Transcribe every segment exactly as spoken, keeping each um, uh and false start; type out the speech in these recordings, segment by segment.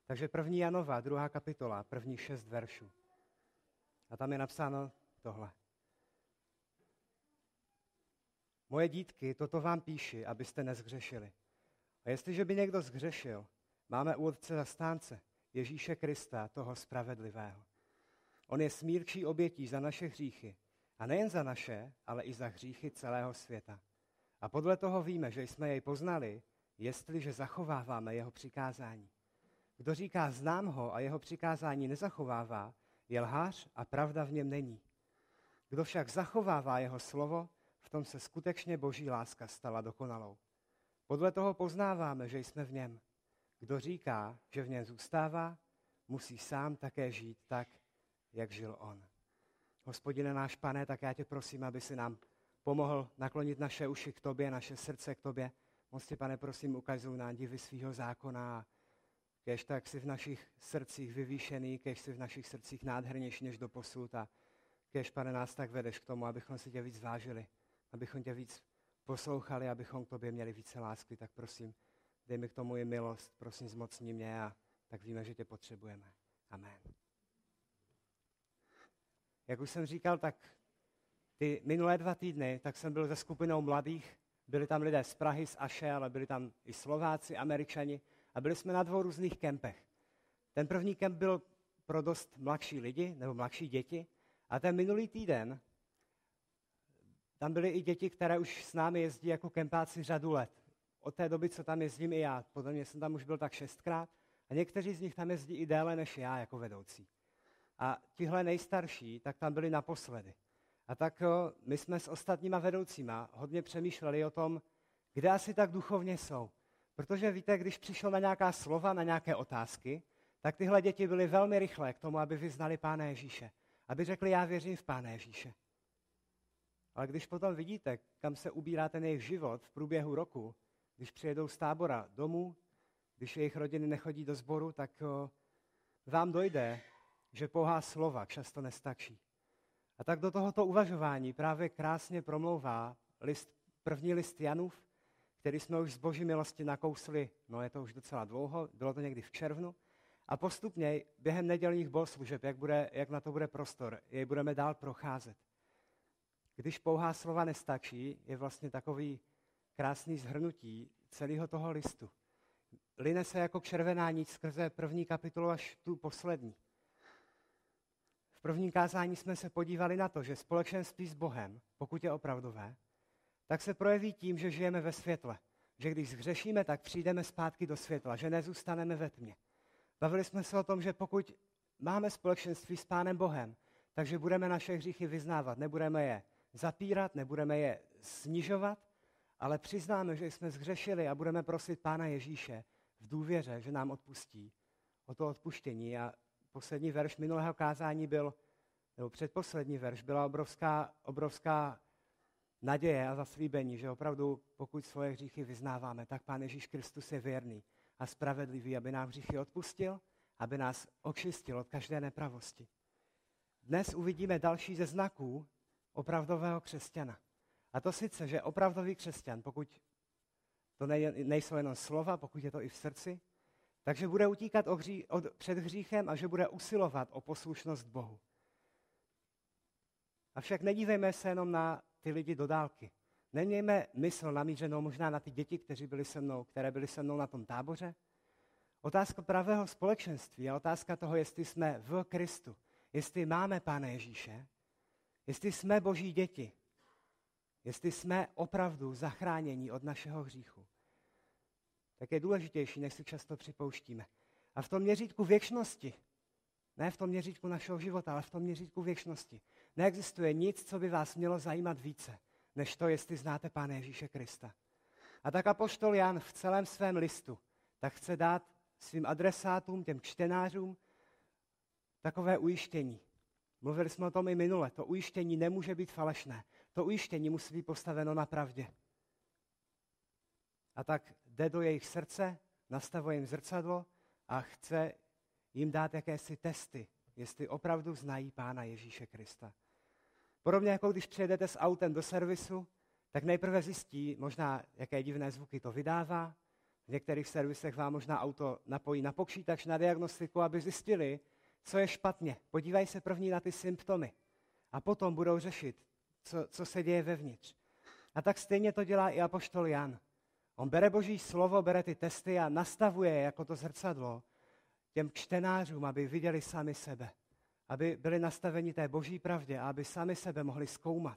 Takže první Janova, druhá kapitola, první šest veršů. A tam je napsáno tohle. Moje dítky, toto vám píši, abyste nezhřešili. A jestliže by někdo zhřešil, máme u Otce zastánce, Ježíše Krista, toho spravedlivého. On je smírčí obětí za naše hříchy. A nejen za naše, ale i za hříchy celého světa. A podle toho víme, že jsme jej poznali, jestliže zachováváme jeho přikázání. Kdo říká znám ho a jeho přikázání nezachovává, je lhář a pravda v něm není. Kdo však zachovává jeho slovo, v tom se skutečně boží láska stala dokonalou. Podle toho poznáváme, že jsme v něm. Kdo říká, že v něm zůstává, musí sám také žít tak, jak žil on. Hospodine náš Pane, tak já tě prosím, aby si nám pomohl naklonit naše uši k tobě, naše srdce k tobě. Moc tě, Pane, prosím, ukazuj nám divy svýho zákona. Kéž tak jsi v našich srdcích vyvýšený, kéž jsi v našich srdcích nádhernější než doposud a kéž, Pane, nás tak vedeš k tomu, abychom si tě víc vážili, abychom tě víc poslouchali, abychom k tobě měli více lásky. Tak prosím, dej mi k tomu i milost, prosím, zmocni mě a tak víme, že tě potřebujeme. Amen. Jak už jsem říkal, tak ty minulé dva týdny, tak jsem byl se skupinou mladých, byli tam lidé z Prahy, z Aše, ale byli tam i Slováci, Američani a byli jsme na dvou různých kempech. Ten první kemp byl pro dost mladší lidi, nebo mladší děti a ten minulý týden, tam byly i děti, které už s námi jezdí jako kempáci řadu let. Od té doby, co tam jezdím i já, podle mě jsem tam už byl tak šestkrát a někteří z nich tam jezdí i déle než já jako vedoucí. A tihle nejstarší, tak tam byli naposledy. A tak my jsme s ostatníma vedoucíma hodně přemýšleli o tom, kde asi tak duchovně jsou. Protože víte, když přišlo na nějaká slova, na nějaké otázky, tak tyhle děti byly velmi rychlé k tomu, aby vyznali Pána Ježíše. Aby řekli, já věřím v Pána Ježíše. Ale když potom vidíte, kam se ubírá ten jejich život v průběhu roku, když přijedou z tábora domů, když jejich rodiny nechodí do sboru, tak vám dojde, že pouhá slova často nestačí. A tak do tohoto uvažování právě krásně promlouvá list, první list Janův, který jsme už z boží milosti nakousli, no je to už docela dlouho, bylo to někdy v červnu, a postupně během nedělních bohoslužeb, jak, bude, jak na to bude prostor, jej budeme dál procházet. Když pouhá slova nestačí, je vlastně takový krásný shrnutí celého toho listu. Line se jako červená niť skrze první kapitolu až tu poslední. V prvním kázání jsme se podívali na to, že společenství s Bohem, pokud je opravdové, tak se projeví tím, že žijeme ve světle. Že když zhřešíme, tak přijdeme zpátky do světla, že nezůstaneme ve tmě. Bavili jsme se o tom, že pokud máme společenství s Pánem Bohem, takže budeme naše hříchy vyznávat, nebudeme je zapírat, nebudeme je snižovat, ale přiznáme, že jsme zhřešili a budeme prosit Pána Ježíše v důvěře, že nám odpustí o to odpuštění. A poslední verš minulého kázání byl, nebo předposlední verš, byla obrovská, obrovská naděje a zaslíbení, že opravdu pokud svoje hříchy vyznáváme, tak Pán Ježíš Kristus je věrný a spravedlivý, aby nám hříchy odpustil, aby nás očistil od každé nepravosti. Dnes uvidíme další ze znaků opravdového křesťana. A to sice, že opravdový křesťan, pokud to nejsou jenom slova, pokud je to i v srdci, takže bude utíkat o hří, od, před hříchem a že bude usilovat o poslušnost Bohu. Avšak nedívejme se jenom na ty lidi do dálky. Nemějme mysl namířenou možná na ty děti, kteří byli se mnou, které byly se mnou na tom táboře. Otázka pravého společenství a otázka toho, jestli jsme v Kristu, jestli máme Pána Ježíše, jestli jsme Boží děti, jestli jsme opravdu zachráněni od našeho hříchu, tak je důležitější, než si často připouštíme. A v tom měřítku věčnosti, ne v tom měřítku našeho života, ale v tom měřítku věčnosti, neexistuje nic, co by vás mělo zajímat více, než to, jestli znáte Pána Ježíše Krista. A tak apoštol Jan v celém svém listu tak chce dát svým adresátům, těm čtenářům, takové ujištění. Mluvili jsme o tom i minule. To ujištění nemůže být falešné. To ujištění musí být postaveno na pravdě. A tak jde do jejich srdce, nastavuje jim zrcadlo a chce jim dát jakési testy, jestli opravdu znají Pána Ježíše Krista. Podobně jako když přijedete s autem do servisu, tak nejprve zjistí možná, jaké divné zvuky to vydává, v některých servisech vám možná auto napojí na počítač, na diagnostiku, aby zjistili, co je špatně. Podívají se první na ty symptomy a potom budou řešit, co, co se děje vevnitř. A tak stejně to dělá i apoštol Jan. On bere Boží slovo, bere ty testy a nastavuje je jako to zrcadlo těm čtenářům, aby viděli sami sebe. Aby byli nastaveni té Boží pravdě a aby sami sebe mohli zkoumat.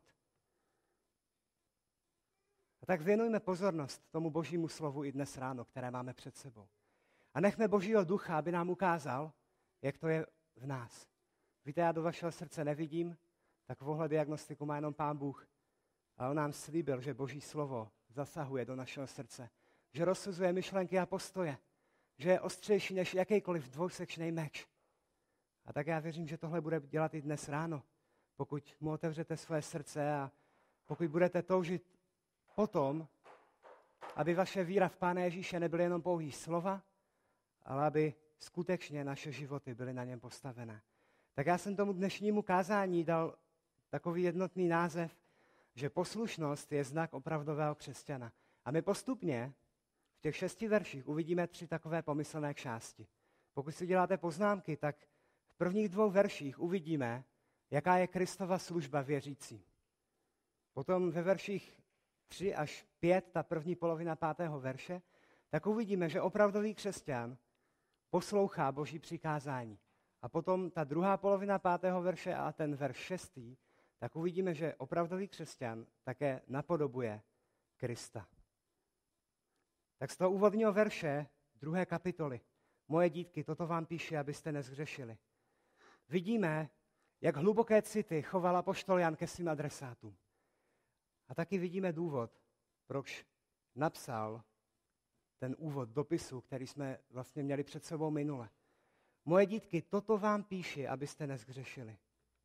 A tak věnujme pozornost tomu Božímu slovu i dnes ráno, které máme před sebou. A nechme Božího ducha, aby nám ukázal, jak to je v nás. Víte, já do vašeho srdce nevidím, tak vohle diagnostiku má jenom Pán Bůh. A on nám slíbil, že Boží slovo zasahuje do našeho srdce. Že rozsuzuje myšlenky a postoje. Že je ostřejší než jakýkoliv dvousečný meč. A tak já věřím, že tohle bude dělat i dnes ráno. Pokud mu otevřete svoje srdce a pokud budete toužit potom, aby vaše víra v Pána Ježíše nebyly jenom pouhý slova, ale aby skutečně naše životy byly na něm postavené. Tak já jsem tomu dnešnímu kázání dal takový jednotný název, že poslušnost je znak opravdového křesťana. A my postupně v těch šesti verších uvidíme tři takové pomyslné části. Pokud si děláte poznámky, tak v prvních dvou verších uvidíme, jaká je Kristova služba věřící. Potom ve verších tři až pět, ta první polovina pátého verše, tak uvidíme, že opravdový křesťan poslouchá Boží přikázání. A potom ta druhá polovina pátého verše a ten verš šestý, tak uvidíme, že opravdový křesťan také napodobuje Krista. Tak z toho úvodního verše druhé kapitoly, moje dítky, toto vám píši, abyste nezhřešili. Vidíme, jak hluboké city choval apoštol Jan ke svým adresátům. A taky vidíme důvod, proč napsal ten úvod dopisu, který jsme vlastně měli před sebou minule. Moje dítky, toto vám píši, abyste nezhřešili.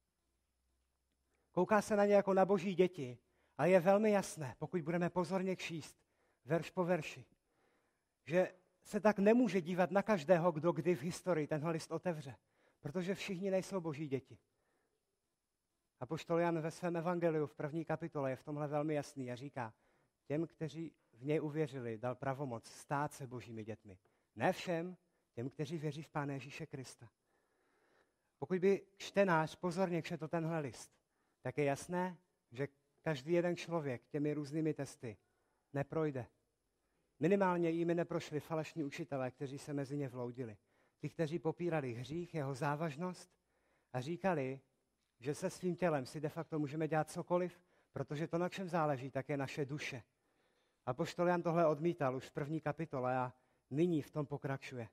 Kouká se na ně jako na Boží děti a je velmi jasné, pokud budeme pozorně číst, verš po verši, že se tak nemůže dívat na každého, kdo kdy v historii tenhle list otevře, protože všichni nejsou Boží děti. Apoštol Jan ve svém evangeliu v první kapitole je v tomhle velmi jasný a říká, těm, kteří v něj uvěřili, dal pravomoc stát se Božími dětmi. Ne všem, těm, kteří věří v Pána Ježíše Krista. Pokud by čtenář pozorně četl tenhle list, tak je jasné, že každý jeden člověk těmi různými testy neprojde. Minimálně jimi neprošli falešní učitelé, kteří se mezi ně vloudili. Ti, kteří popírali hřích, jeho závažnost a říkali, že se svým tělem si de facto můžeme dělat cokoliv, protože to, na čem záleží, tak je naše duše. Apoštol Jan tohle odmítal už v první kapitole a nyní v tom pokračuje.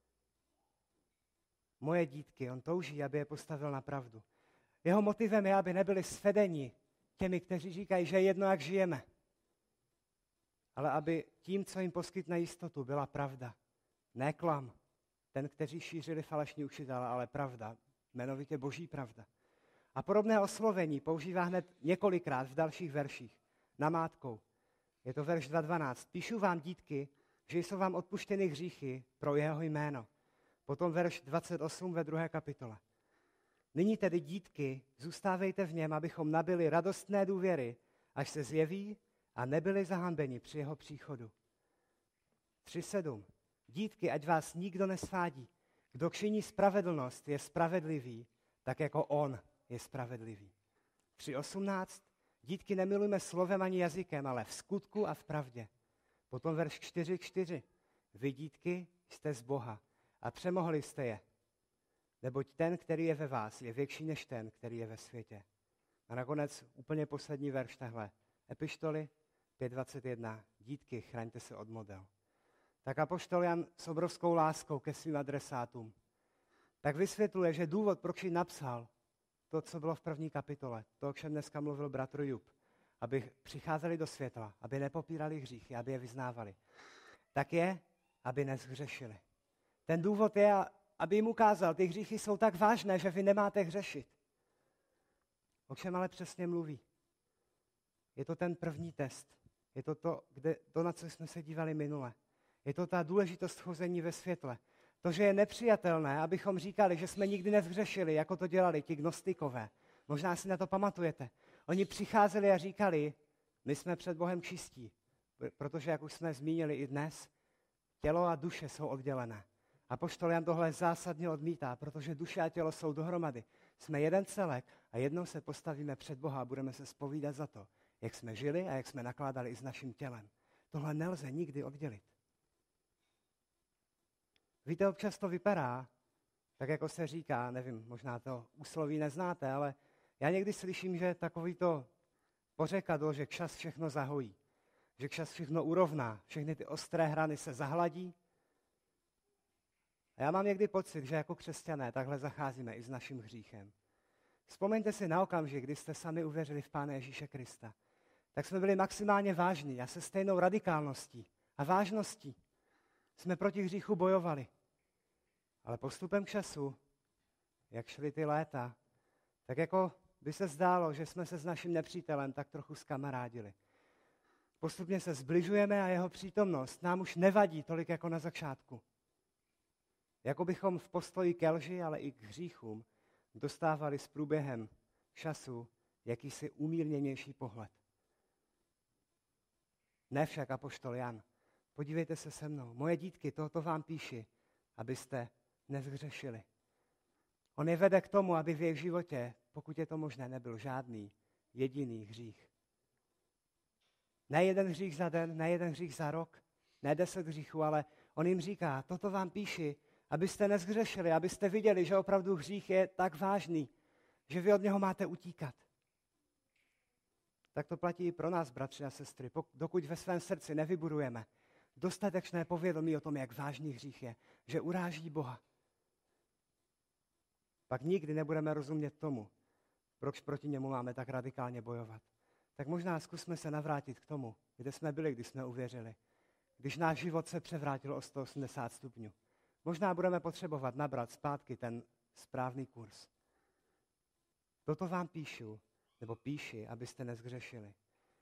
Moje dítky, on touží, aby je postavil na pravdu. Jeho motivem je, aby nebyli svedeni těmi, kteří říkají, že je jedno, jak žijeme. Ale aby tím, co jim poskytne jistotu, byla pravda. Ne klam. Ten, kteří šířili falešní učitele, ale pravda. Jmenovitě Boží pravda. A podobné oslovení používá hned několikrát v dalších verších. Namátkou. Je to verš dva dvanáct. Píšu vám, dítky, že jsou vám odpuštěny hříchy pro jeho jméno. Potom verš dvacet osm ve druhé kapitole. Nyní tedy, dítky, zůstávejte v něm, abychom nabili radostné důvěry, až se zjeví a nebyli zahanbeni při jeho příchodu. tři sedm. Dítky, ať vás nikdo nesvádí. Kdo činí spravedlnost, je spravedlivý, tak jako on je spravedlivý. tři osmnáct. Dítky, nemilujme slovem ani jazykem, ale v skutku a v pravdě. Potom verš čtyři čtyři. Vy, dítky, jste z Boha a přemohli jste je. Neboť ten, který je ve vás, je větší než ten, který je ve světě. A nakonec úplně poslední verš tahle. Epištoly pět dvacet jedna. Dítky, chraňte se od model. Tak apoštol Jan s obrovskou láskou ke svým adresátům tak vysvětluje, že důvod, proč ji napsal to, co bylo v první kapitole, to, o čem dneska mluvil bratr Jub, aby přicházeli do světla, aby nepopírali hříchy, aby je vyznávali, tak je, aby nezhřešili. Ten důvod je, aby jim ukázal, ty hříchy jsou tak vážné, že vy nemáte hřešit. O čem ale přesně mluví? Je to ten první test. Je to to, kde, to, na co jsme se dívali minule. Je to ta důležitost chození ve světle. To, že je nepřijatelné, abychom říkali, že jsme nikdy nevzhřešili, jako to dělali ti gnostikové. Možná si na to pamatujete. Oni přicházeli a říkali, my jsme před Bohem čistí. Protože, jak už jsme zmínili i dnes, tělo a duše jsou oddělené. Apoštol Jan tohle zásadně odmítá, protože duše a tělo jsou dohromady. Jsme jeden celek a jednou se postavíme před Boha a budeme se zpovídat za to, jak jsme žili a jak jsme nakládali i s naším tělem. Tohle nelze nikdy oddělit. Víte, občas to vypadá, tak jako se říká, nevím, možná to úsloví neznáte, ale já někdy slyším, že takový to pořekadlo, že kšas všechno zahojí, že kšas všechno urovná, všechny ty ostré hrany se zahladí. A já mám někdy pocit, že jako křesťané takhle zacházíme i s naším hříchem. Vzpomeňte si na okamžik, kdy jste sami uvěřili v Pána Ježíše Krista. Tak jsme byli maximálně vážní a se stejnou radikálností a vážností jsme proti hříchu bojovali. Ale postupem času, jak šly ty léta, tak jako by se zdálo, že jsme se s naším nepřítelem tak trochu zkamarádili. Postupně se zbližujeme a jeho přítomnost nám už nevadí tolik jako na začátku. Jako bychom v postoji ke lži, ale i k hříchům dostávali s průběhem času jakýsi umírněnější pohled. Ne však apoštol Jan. Podívejte se se mnou. Moje dítky, tohoto vám píši, abyste nezhřešili. On je vede k tomu, aby v jejich životě, pokud je to možné, nebyl žádný jediný hřích. Ne jeden hřích za den, ne jeden hřích za rok, ne deset hříchů, ale on jim říká, toto vám píši, abyste nezhřešili, abyste viděli, že opravdu hřích je tak vážný, že vy od něho máte utíkat. Tak to platí i pro nás, bratři a sestry. Dokud ve svém srdci nevybudujeme dostatečné povědomí o tom, jak vážný hřích je, že uráží Boha, pak nikdy nebudeme rozumět tomu, proč proti němu máme tak radikálně bojovat. Tak možná zkusme se navrátit k tomu, kde jsme byli, když jsme uvěřili. Když náš život se převrátil o sto osmdesát stupňů. Možná budeme potřebovat nabrat zpátky ten správný kurz. Toto vám píšu, nebo píši, abyste nezhřešili.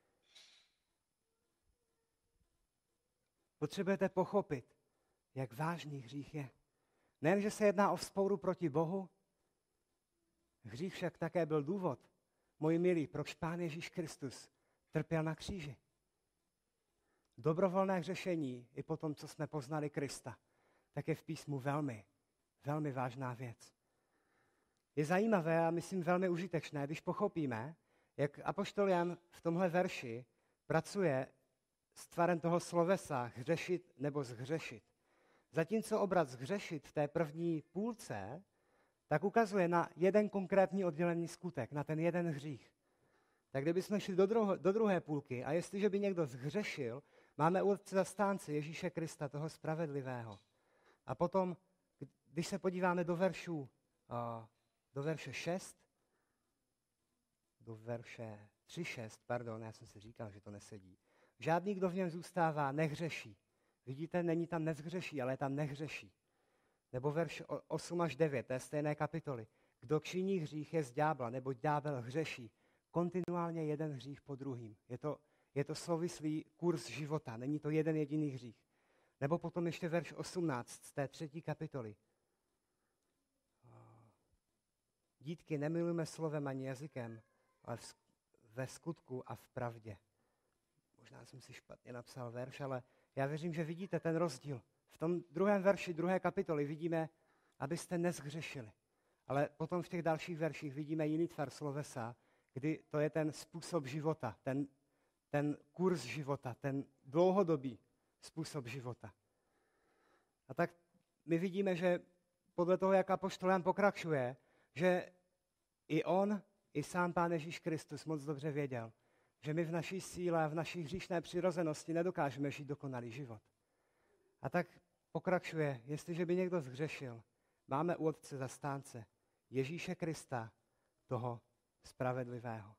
Potřebujete pochopit, jak vážný hřích je. Nejen, že se jedná o vzpouru proti Bohu, hřích však také byl důvod, moji milí, proč Pán Ježíš Kristus trpěl na kříži. Dobrovolné hřešení i po tom, co jsme poznali Krista, tak je v písmu velmi, velmi vážná věc. Je zajímavé a myslím velmi užitečné, když pochopíme, jak apoštol Jan v tomhle verši pracuje s tvarem toho slovesa hřešit nebo zhřešit. Zatímco obrat zhřešit v té první půlce, tak ukazuje na jeden konkrétní oddělený skutek, na ten jeden hřích. Tak kdybychom šli do, druho, do druhé půlky a jestliže by někdo zhřešil, máme u zastánce Ježíše Krista, toho spravedlivého. A potom, když se podíváme do veršů, do verše šest, do verše tři šest, pardon, já jsem si říkal, že to nesedí. Žádný, kdo v něm zůstává, nehřeší. Vidíte, není tam nezhřeší, ale je tam nehřeší. Nebo verš osm až devět, té stejné kapitoly. Kdo činí hřích je z ďábla, nebo ďábel hřeší. Kontinuálně jeden hřích po druhým. Je to, je to souvislý kurz života, není to jeden jediný hřích. Nebo potom ještě verš osmnáct z té třetí kapitoly. Dítky, nemilujme slovem ani jazykem, ale v, ve skutku a v pravdě. Možná jsem si špatně napsal verš, ale já věřím, že vidíte ten rozdíl. V tom druhém verši, druhé kapitoly vidíme, abyste nezhřešili. Ale potom v těch dalších verších vidíme jiný tvar slovesa, kdy to je ten způsob života, ten, ten kurz života, ten dlouhodobý způsob života. A tak my vidíme, že podle toho, jak apoštol Jan pokračuje, že i on, i sám Pán Ježíš Kristus moc dobře věděl, že my v naší síle a v naší hříšné přirozenosti nedokážeme žít dokonalý život. A tak pokračuje, jestliže by někdo zhřešil, máme u Otce zastánce Ježíše Krista, toho spravedlivého.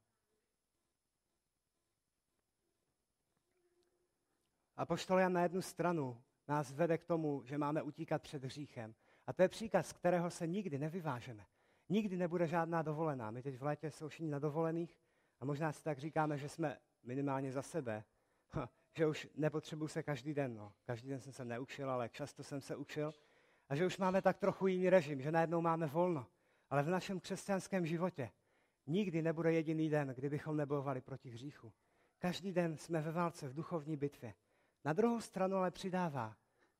Apoštol Jan na jednu stranu nás vede k tomu, že máme utíkat před hříchem. A to je příkaz, z kterého se nikdy nevyvážeme. Nikdy nebude žádná dovolená. My teď v létě jsou všichni na dovolených a možná si tak říkáme, že jsme minimálně za sebe, že už nepotřebuji se každý den. No. Každý den jsem se neučil, ale často jsem se učil. A že už máme tak trochu jiný režim, že najednou máme volno. Ale v našem křesťanském životě nikdy nebude jediný den, kdybychom nebojovali proti hříchu. Každý den jsme ve válce, v duchovní bitvě. Na druhou stranu ale přidává,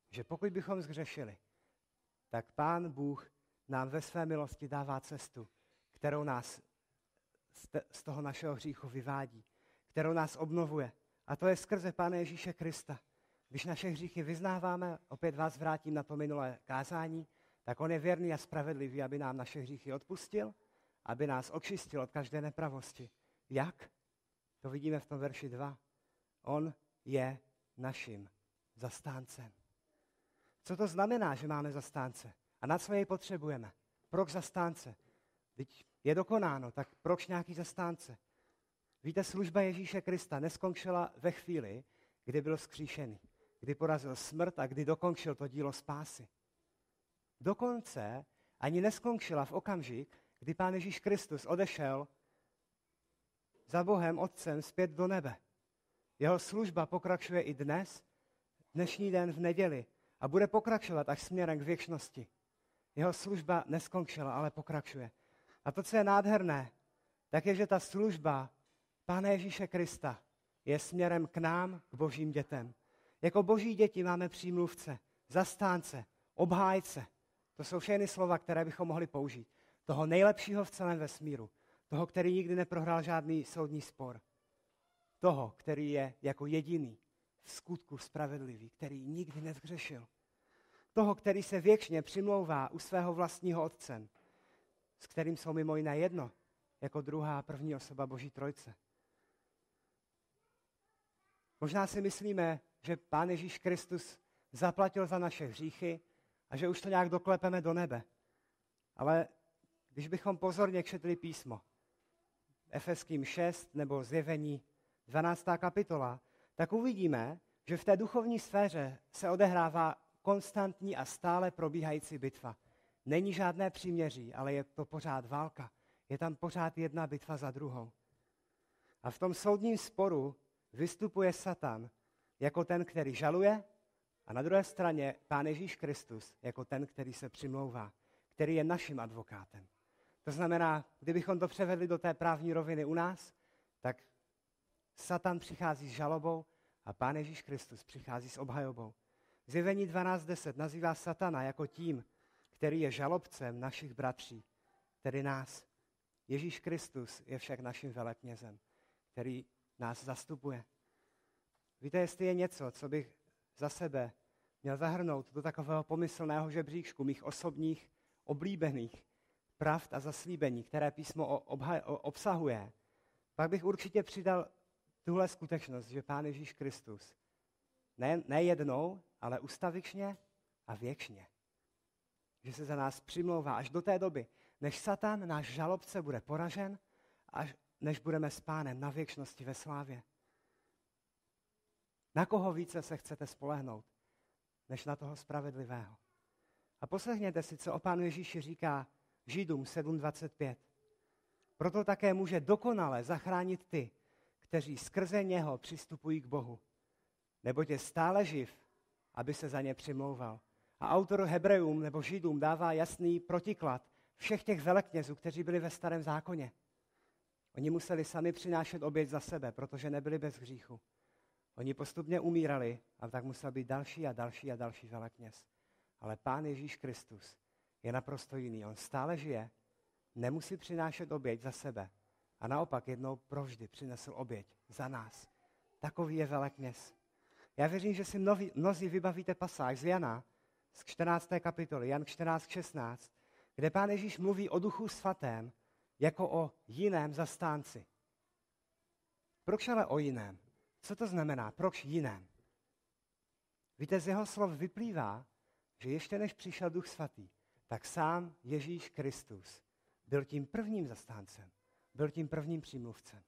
že pokud bychom zhřešili, tak Pán Bůh nám ve své milosti dává cestu, kterou nás z toho našeho hříchu vyvádí, kterou nás obnovuje. A to je skrze Pána Ježíše Krista. Když naše hříchy vyznáváme, opět vás vrátím na to minulé kázání, tak on je věrný a spravedlivý, aby nám naše hříchy odpustil, aby nás očistil od každé nepravosti. Jak? To vidíme v tom verši dva. On je naším zastáncem. Co to znamená, že máme zastánce? A na co jej potřebujeme? Proč zastánce? Teď je dokonáno, tak proč nějaký zastánce? Víte, služba Ježíše Krista neskončila ve chvíli, kdy byl vzkříšený, kdy porazil smrt a kdy dokončil to dílo spásy. Dokonce ani neskončila v okamžik, kdy Pán Ježíš Kristus odešel za Bohem Otcem zpět do nebe. Jeho služba pokračuje i dnes, dnešní den v neděli a bude pokračovat až směrem k věčnosti. Jeho služba neskončila, ale pokračuje. A to, co je nádherné, tak je, že ta služba Pána Ježíše Krista je směrem k nám, k božím dětem. Jako boží děti máme přímluvce, zastánce, obhájce. To jsou všechny slova, které bychom mohli použít. Toho nejlepšího v celém vesmíru. Toho, který nikdy neprohrál žádný soudní spor. Toho, který je jako jediný v skutku spravedlivý, který nikdy nezhřešil. Toho, který se věčně přimlouvá u svého vlastního Otce, s kterým jsou mimo jiné jedno, jako druhá a první osoba Boží Trojce. Možná si myslíme, že Pán Ježíš Kristus zaplatil za naše hříchy a že už to nějak doklepeme do nebe. Ale když bychom pozorně četli písmo, Efeským šest nebo Zjevení dvanáctá kapitola, tak uvidíme, že v té duchovní sféře se odehrává konstantní a stále probíhající bitva. Není žádné příměří, ale je to pořád válka. Je tam pořád jedna bitva za druhou. A v tom soudním sporu vystupuje Satan jako ten, který žaluje, a na druhé straně Pán Ježíš Kristus jako ten, který se přimlouvá, který je naším advokátem. To znamená, kdybychom to převedli do té právní roviny u nás, tak Satan přichází s žalobou a Pán Ježíš Kristus přichází s obhajobou. Zjevení dvanáct deset nazývá Satana jako tím, který je žalobcem našich bratří, tedy nás. Ježíš Kristus je však naším veleknězem, který nás zastupuje. Víte, jestli je něco, co bych za sebe měl zahrnout do takového pomyslného žebříčku mých osobních, oblíbených pravd a zaslíbení, které písmo obha- obsahuje, pak bych určitě přidal tuhle skutečnost, že Pán Ježíš Kristus ne, ne jednou, ale ustavičně a věčně. Že se za nás přimlouvá až do té doby, než Satan, náš žalobce, bude poražen, až než budeme s Pánem na věčnosti ve slávě. Na koho více se chcete spolehnout, než na toho spravedlivého? A poslechněte si, co o Pánu Ježíši říká Židům sedm dvacet pět. Proto také může dokonale zachránit ty, kteří skrze něho přistupují k Bohu. Neboť je stále živ, aby se za ně přimlouval. A autor Hebrejům nebo Židům dává jasný protiklad všech těch veleknězů, kteří byli ve Starém zákoně. Oni museli sami přinášet oběť za sebe, protože nebyli bez hříchu. Oni postupně umírali a tak musel být další a další a další velekněz. Ale Pán Ježíš Kristus je naprosto jiný. On stále žije, nemusí přinášet oběť za sebe a naopak jednou provždy přinesl oběť za nás. Takový je velekněz. Já věřím, že si mnozí, mnozí vybavíte pasáž z Jana, z čtrnácté kapitoly, Jan čtrnáct šestnáct, kde Pán Ježíš mluví o Duchu Svatém jako o jiném zastánci. Proč ale o jiném? Co to znamená? Proč jiném? Víte, z jeho slov vyplývá, že ještě než přišel Duch Svatý, tak sám Ježíš Kristus byl tím prvním zastáncem, byl tím prvním přímluvcem.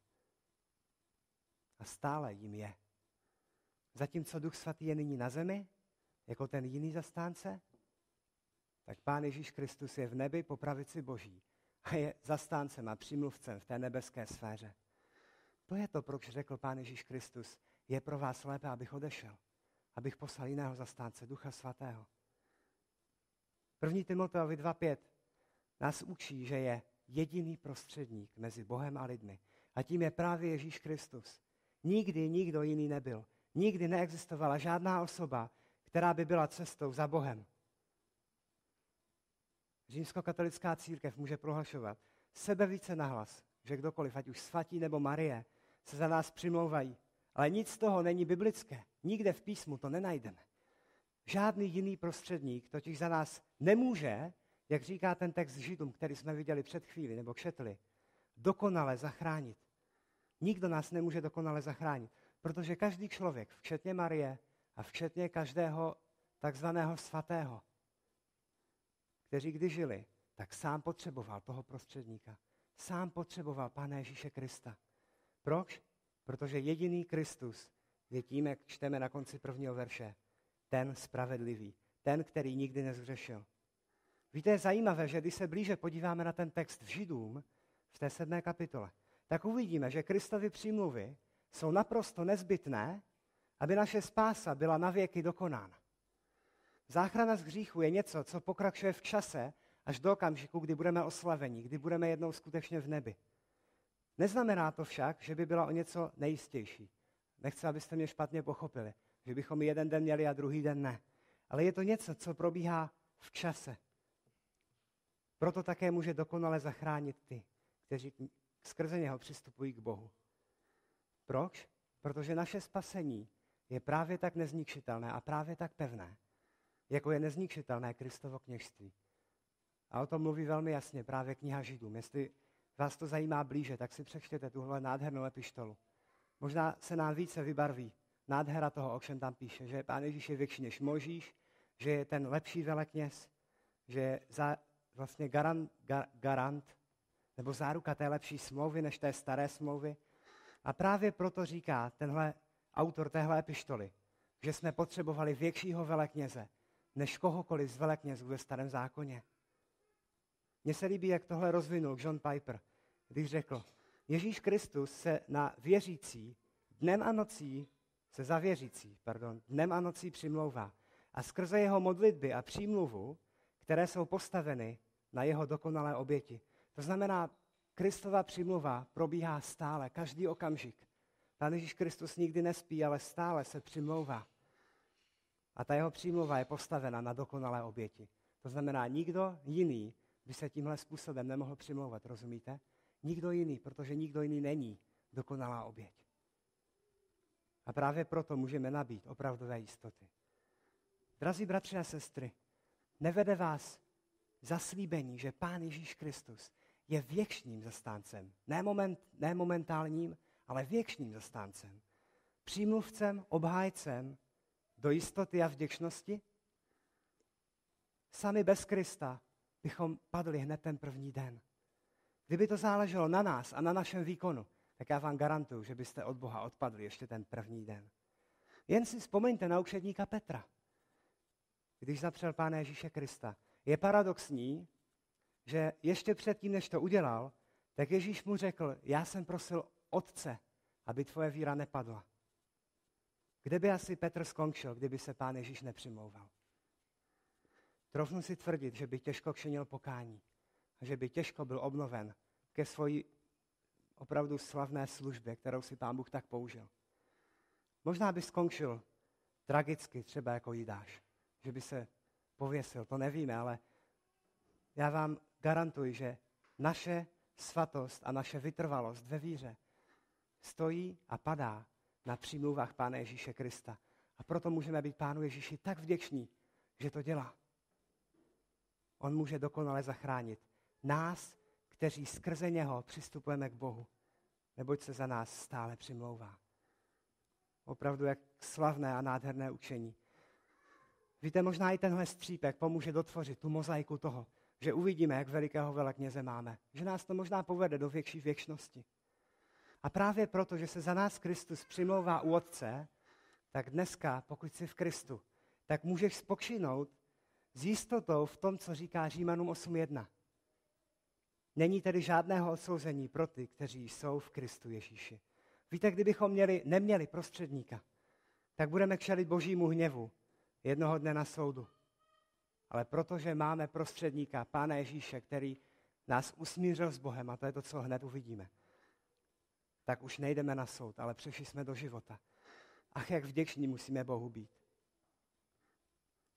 A stále jim je. Zatímco Duch Svatý je nyní na zemi, jako ten jiný zastánce, tak Pán Ježíš Kristus je v nebi po pravici Boží a je zastáncem a přímluvcem v té nebeské sféře. To je to, proč řekl Pán Ježíš Kristus, je pro vás lépe, abych odešel, abych poslal jiného zastánce, Ducha Svatého. první Timoteovi dva pět nás učí, že je jediný prostředník mezi Bohem a lidmi. A tím je právě Ježíš Kristus. Nikdy nikdo jiný nebyl. Nikdy neexistovala žádná osoba, která by byla cestou za Bohem. Římskokatolická církev může prohlašovat sebe více nahlas, že kdokoliv, ať už svatí nebo Marie, se za nás přimlouvají. Ale nic z toho není biblické. Nikde v písmu to nenajdeme. Žádný jiný prostředník totiž za nás nemůže, jak říká ten text Židům, který jsme viděli před chvíli nebo četli, dokonale zachránit. Nikdo nás nemůže dokonale zachránit, protože každý člověk, včetně Marie a včetně každého takzvaného svatého, kteří kdy žili, tak sám potřeboval toho prostředníka. Sám potřeboval Pána Ježíše Krista. Proč? Protože jediný Kristus je tím, jak čteme na konci prvního verše, ten spravedlivý, ten, který nikdy nezhřešil. Víte, je zajímavé, že když se blíže podíváme na ten text v Židům, v té sedmé kapitole, tak uvidíme, že Kristovy přímluvy jsou naprosto nezbytné, aby naše spása byla navěky dokonána. Záchrana z hříchu je něco, co pokračuje v čase až do okamžiku, kdy budeme oslaveni, kdy budeme jednou skutečně v nebi. Neznamená to však, že by byla o něco nejistější. Nechci, abyste mě špatně pochopili, že bychom jeden den měli a druhý den ne. Ale je to něco, co probíhá v čase. Proto také může dokonale zachránit ty, kteří skrze něho přistupují k Bohu. Proč? Protože naše spasení je právě tak nezničitelné a právě tak pevné, jako je nezničitelné Kristovo kněžství. A o tom mluví velmi jasně právě kniha Židům. Jestli vás to zajímá blíže, tak si přečtěte tuhle nádhernou epištolu. Možná se nám více vybarví nádhera toho, o čem tam píše, že Pán Ježíš je větší než Mojžíš, že je ten lepší velekněz, že je za, vlastně garant, gar, garant nebo záruka té lepší smlouvy než té staré smlouvy. A právě proto říká tenhle autor téhle epištoly, že jsme potřebovali většího velekněze než kohokoliv z veleknězů ve starém zákoně. Mně se líbí, jak tohle rozvinul John Piper, když řekl, Ježíš Kristus se na věřící dnem a nocí, se za věřící, pardon, dnem a nocí přimlouvá. A skrze jeho modlitby a přímluvu, které jsou postaveny na jeho dokonalé oběti. To znamená, Kristova přímluva probíhá stále, každý okamžik. Pán Ježíš Kristus nikdy nespí, ale stále se přimlouvá. A ta jeho přímluva je postavena na dokonalé oběti. To znamená, nikdo jiný by se tímhle způsobem nemohl přimlouvat, rozumíte? Nikdo jiný, protože nikdo jiný není dokonalá oběť. A právě proto můžeme nabít opravdové jistoty. Drazí bratři a sestry, nevede vás zaslíbení, že Pán Ježíš Kristus je věčným zastáncem. Ne, moment, ne momentálním, ale věčným zastáncem. Přímluvcem, obhájcem do jistoty a vděčnosti? Sami bez Krista bychom padli hned ten první den. Kdyby to záleželo na nás a na našem výkonu, tak já vám garantuju, že byste od Boha odpadli ještě ten první den. Jen si vzpomeňte na učedníka Petra, když zapřel Pána Ježíše Krista. Je paradoxní, že ještě předtím, než to udělal, tak Ježíš mu řekl, já jsem prosil Otce, aby tvoje víra nepadla. Kde by asi Petr skončil, kdyby se Pán Ježíš nepřimlouval? Troufnu si tvrdit, že by těžko činil pokání a že by těžko byl obnoven ke svojí opravdu slavné službě, kterou si Pán Bůh tak použil. Možná by skončil tragicky, třeba jako Jidáš, že by se pověsil, to nevíme, ale já vám garantuji, že naše svatost a naše vytrvalost ve víře stojí a padá na přímluvách Pána Ježíše Krista. A proto můžeme být Pánu Ježíši tak vděční, že to dělá. On může dokonale zachránit nás, kteří skrze něho přistupujeme k Bohu, neboť se za nás stále přimlouvá. Opravdu jak slavné a nádherné učení. Víte, možná i tenhle střípek pomůže dotvořit tu mozaiku toho, že uvidíme, jak velikého velekněze máme. Že nás to možná povede do větší věčnosti. A právě proto, že se za nás Kristus přimlouvá u Otce, tak dneska, pokud jsi v Kristu, tak můžeš spočinout s jistotou v tom, co říká Římanům osm jedna. Není tedy žádného odsouzení pro ty, kteří jsou v Kristu Ježíši. Víte, kdybychom měli, neměli prostředníka, tak budeme čelit Božímu hněvu jednoho dne na soudu. Ale protože máme prostředníka, Pána Ježíše, který nás usmířil s Bohem, a to je to, co hned uvidíme, tak už nejdeme na soud, ale přešli jsme do života. Ach, jak vděční musíme Bohu být.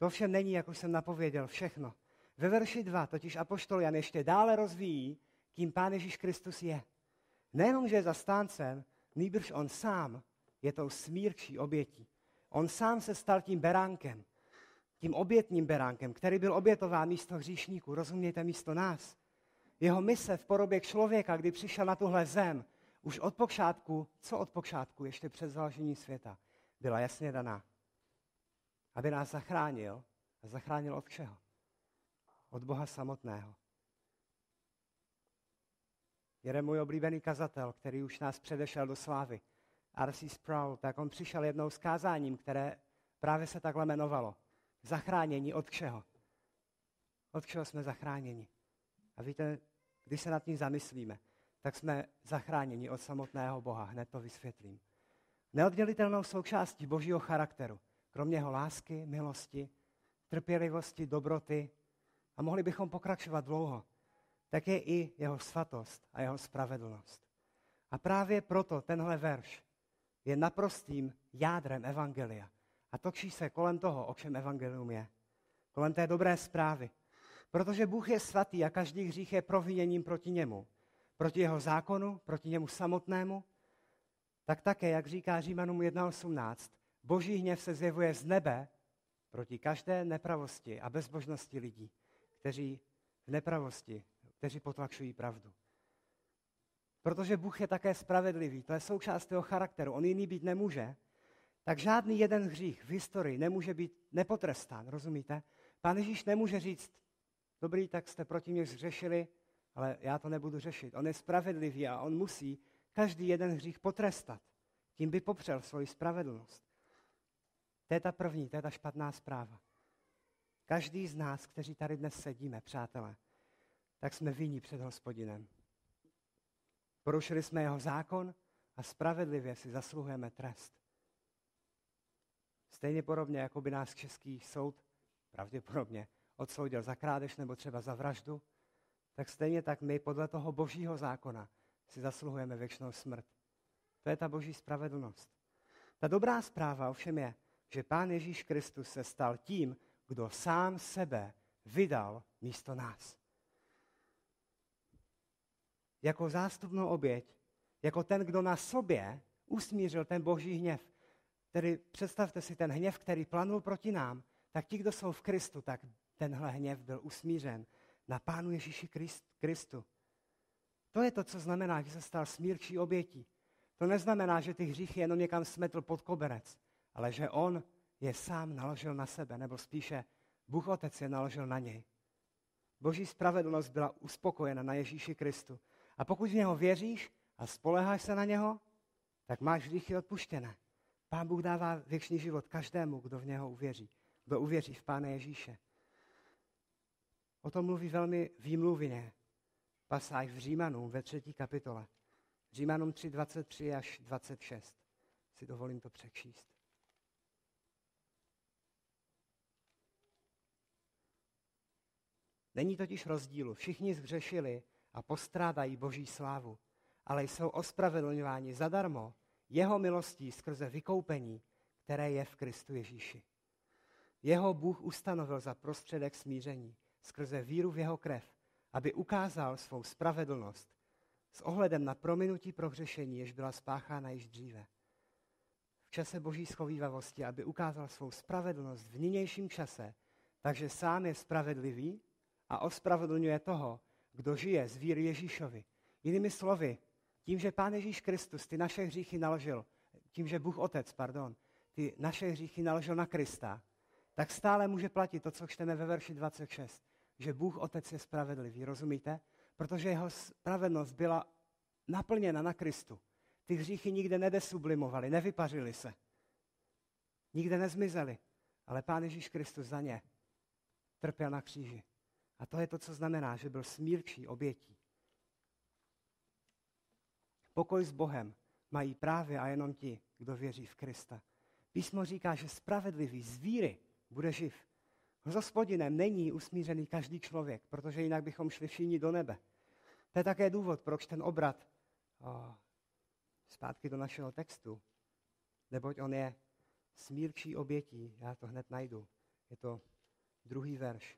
To všem není, jak už jsem napověděl, všechno. Ve verši dva totiž apoštol Jan ještě dále rozvíjí, kým Pán Ježíš Kristus je. Nejenom, že je zastáncem, nýbrž on sám je tou smírčí obětí. On sám se stal tím beránkem, tím obětním beránkem, který byl obětován místo hříšníků, rozumějte, místo nás. Jeho mise v podobě člověka, kdy přišel na tuhle zem, už od počátku, co od počátku, ještě před založením světa, byla jasně daná. Aby nás zachránil. A zachránil od čeho? Od Boha samotného. Jeden můj oblíbený kazatel, který už nás předešel do slávy, R C Sproul, tak on přišel jednou s kázáním, které právě se takhle jmenovalo. Zachránění od čeho? Od čeho jsme zachráněni? A víte, když se nad tím zamyslíme, tak jsme zachráněni od samotného Boha. Hned to vysvětlím. Neoddělitelnou součástí Božího charakteru, kromě jeho lásky, milosti, trpělivosti, dobroty, a mohli bychom pokračovat dlouho, tak je i jeho svatost a jeho spravedlnost. A právě proto tenhle verš je naprostým jádrem evangelia. A točí se kolem toho, o čem evangelium je. Kolem té dobré zprávy. Protože Bůh je svatý a každý hřích je proviněním proti němu. Proti jeho zákonu, proti němu samotnému. Tak také, jak říká Římanům jedna osmnáct, Boží hněv se zjevuje z nebe proti každé nepravosti a bezbožnosti lidí, kteří v nepravosti, kteří potlačují pravdu. Protože Bůh je také spravedlivý, to je součást jeho charakteru, on jiný být nemůže, tak žádný jeden hřích v historii nemůže být nepotrestán, rozumíte? Pán Ježíš nemůže říct, dobrý, tak jste proti mě zřešili, ale já to nebudu řešit. On je spravedlivý a on musí každý jeden hřích potrestat. Tím by popřel svoji spravedlnost. To je ta první, to je ta špatná zpráva. Každý z nás, kteří tady dnes sedíme, přátelé, tak jsme vinní před Hospodinem. Porušili jsme jeho zákon a spravedlivě si zasluhujeme trest. Stejně podobně, jako by nás český soud pravděpodobně odsoudil za krádež nebo třeba za vraždu, tak stejně tak my podle toho Božího zákona si zasluhujeme věčnou smrt. To je ta Boží spravedlnost. Ta dobrá zpráva ovšem je, že Pán Ježíš Kristus se stal tím, kdo sám sebe vydal místo nás. Jako zástupnou oběť, jako ten, kdo na sobě usmířil ten Boží hněv. Tedy představte si ten hněv, který planul proti nám, tak ti, kdo jsou v Kristu, tak tenhle hněv byl usmířen na Pánu Ježíši Kristu. To je to, co znamená, že se stal smírčí obětí. To neznamená, že ty hříchy jenom někam smetl pod koberec, ale že on je sám naložil na sebe, nebo spíše Bůh Otec je naložil na něj. Boží spravedlnost byla uspokojena na Ježíši Kristu. A pokud v něho věříš a spoléháš se na něho, tak máš hříchy odpuštěné. Pán Bůh dává věčný život každému, kdo v něho uvěří, kdo uvěří v Pána Ježíše. O tom mluví velmi výmluvně pasáž v Římanům ve třetí kapitole. Římanům tři, dvacet tři až dvacet šest. Si dovolím to přečíst. Není totiž rozdílu. Všichni zhřešili a postrádají Boží slávu, ale jsou ospravedlňováni zadarmo jeho milostí skrze vykoupení, které je v Kristu Ježíši. Jeho Bůh ustanovil za prostředek smíření skrze víru v jeho krev, aby ukázal svou spravedlnost s ohledem na prominutí prohřešení, jež byla spáchána již dříve. V čase Boží schovívavosti, aby ukázal svou spravedlnost v nynějším čase, takže sám je spravedlivý a ospravedlňuje toho, kdo žije z víry Ježíšovi. Jinými slovy, tím, že Pán Ježíš Kristus ty naše hříchy naložil, tím, že Bůh Otec, pardon, ty naše hříchy naložil na Krista, tak stále může platit to, co čteme ve verši dvacet šest, že Bůh Otec je spravedlivý, rozumíte? Protože jeho spravedlnost byla naplněna na Kristu. Ty hříchy nikde nedesublimovaly, nevypařily se. Nikde nezmizely, ale Pán Ježíš Kristus za ně trpěl na kříži. A to je to, co znamená, že byl smírčí obětí. Pokoj s Bohem mají právě a jenom ti, kdo věří v Krista. Písmo říká, že spravedlivý z víry bude živ. S Hospodinem není usmířený každý člověk, protože jinak bychom šli všichni do nebe. To je také důvod, proč ten obrat, oh, zpátky do našeho textu, neboť on je smírčí obětí, já to hned najdu, Je to druhý verš.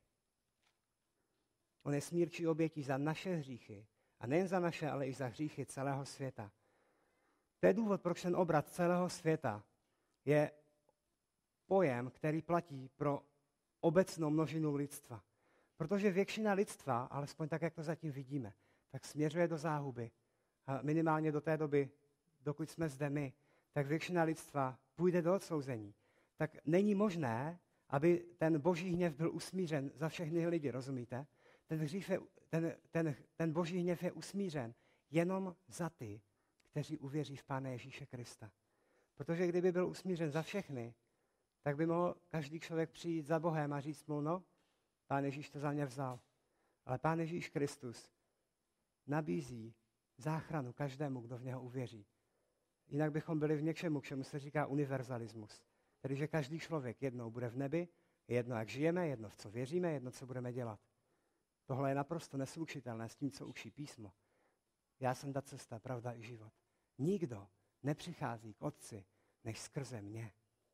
On je smírčí obětí za naše hříchy. A nejen za naše, ale i za hříchy celého světa. To je důvod, proč ten obrat celého světa je pojem, který platí pro obecnou množinu lidstva. Protože většina lidstva, alespoň tak, jak to zatím vidíme, tak směřuje do záhuby. A minimálně do té doby, dokud jsme zde my, tak většina lidstva půjde do odsouzení. Tak není možné, aby ten boží hněv byl usmířen za všechny lidi, rozumíte? Ten, hřích je, ten, ten, ten boží hněv je usmířen jenom za ty, kteří uvěří v Pána Ježíše Krista. Protože kdyby byl usmířen za všechny, tak by mohl každý člověk přijít za Bohem a říct mu, no, Pán Ježíš to za mě vzal. Ale Pán Ježíš Kristus nabízí záchranu každému, kdo v něho uvěří. Jinak bychom byli v něčemu, k čemu se říká univerzalismus. Tedy, že každý člověk jednou bude v nebi, jedno, jak žijeme, jedno, v co věříme, jedno, co budeme dělat. Tohle je naprosto neslučitelné s tím, co učí písmo. Já jsem ta cesta, pravda i život. Nikdo nepřichází k Otci, než skrze mě.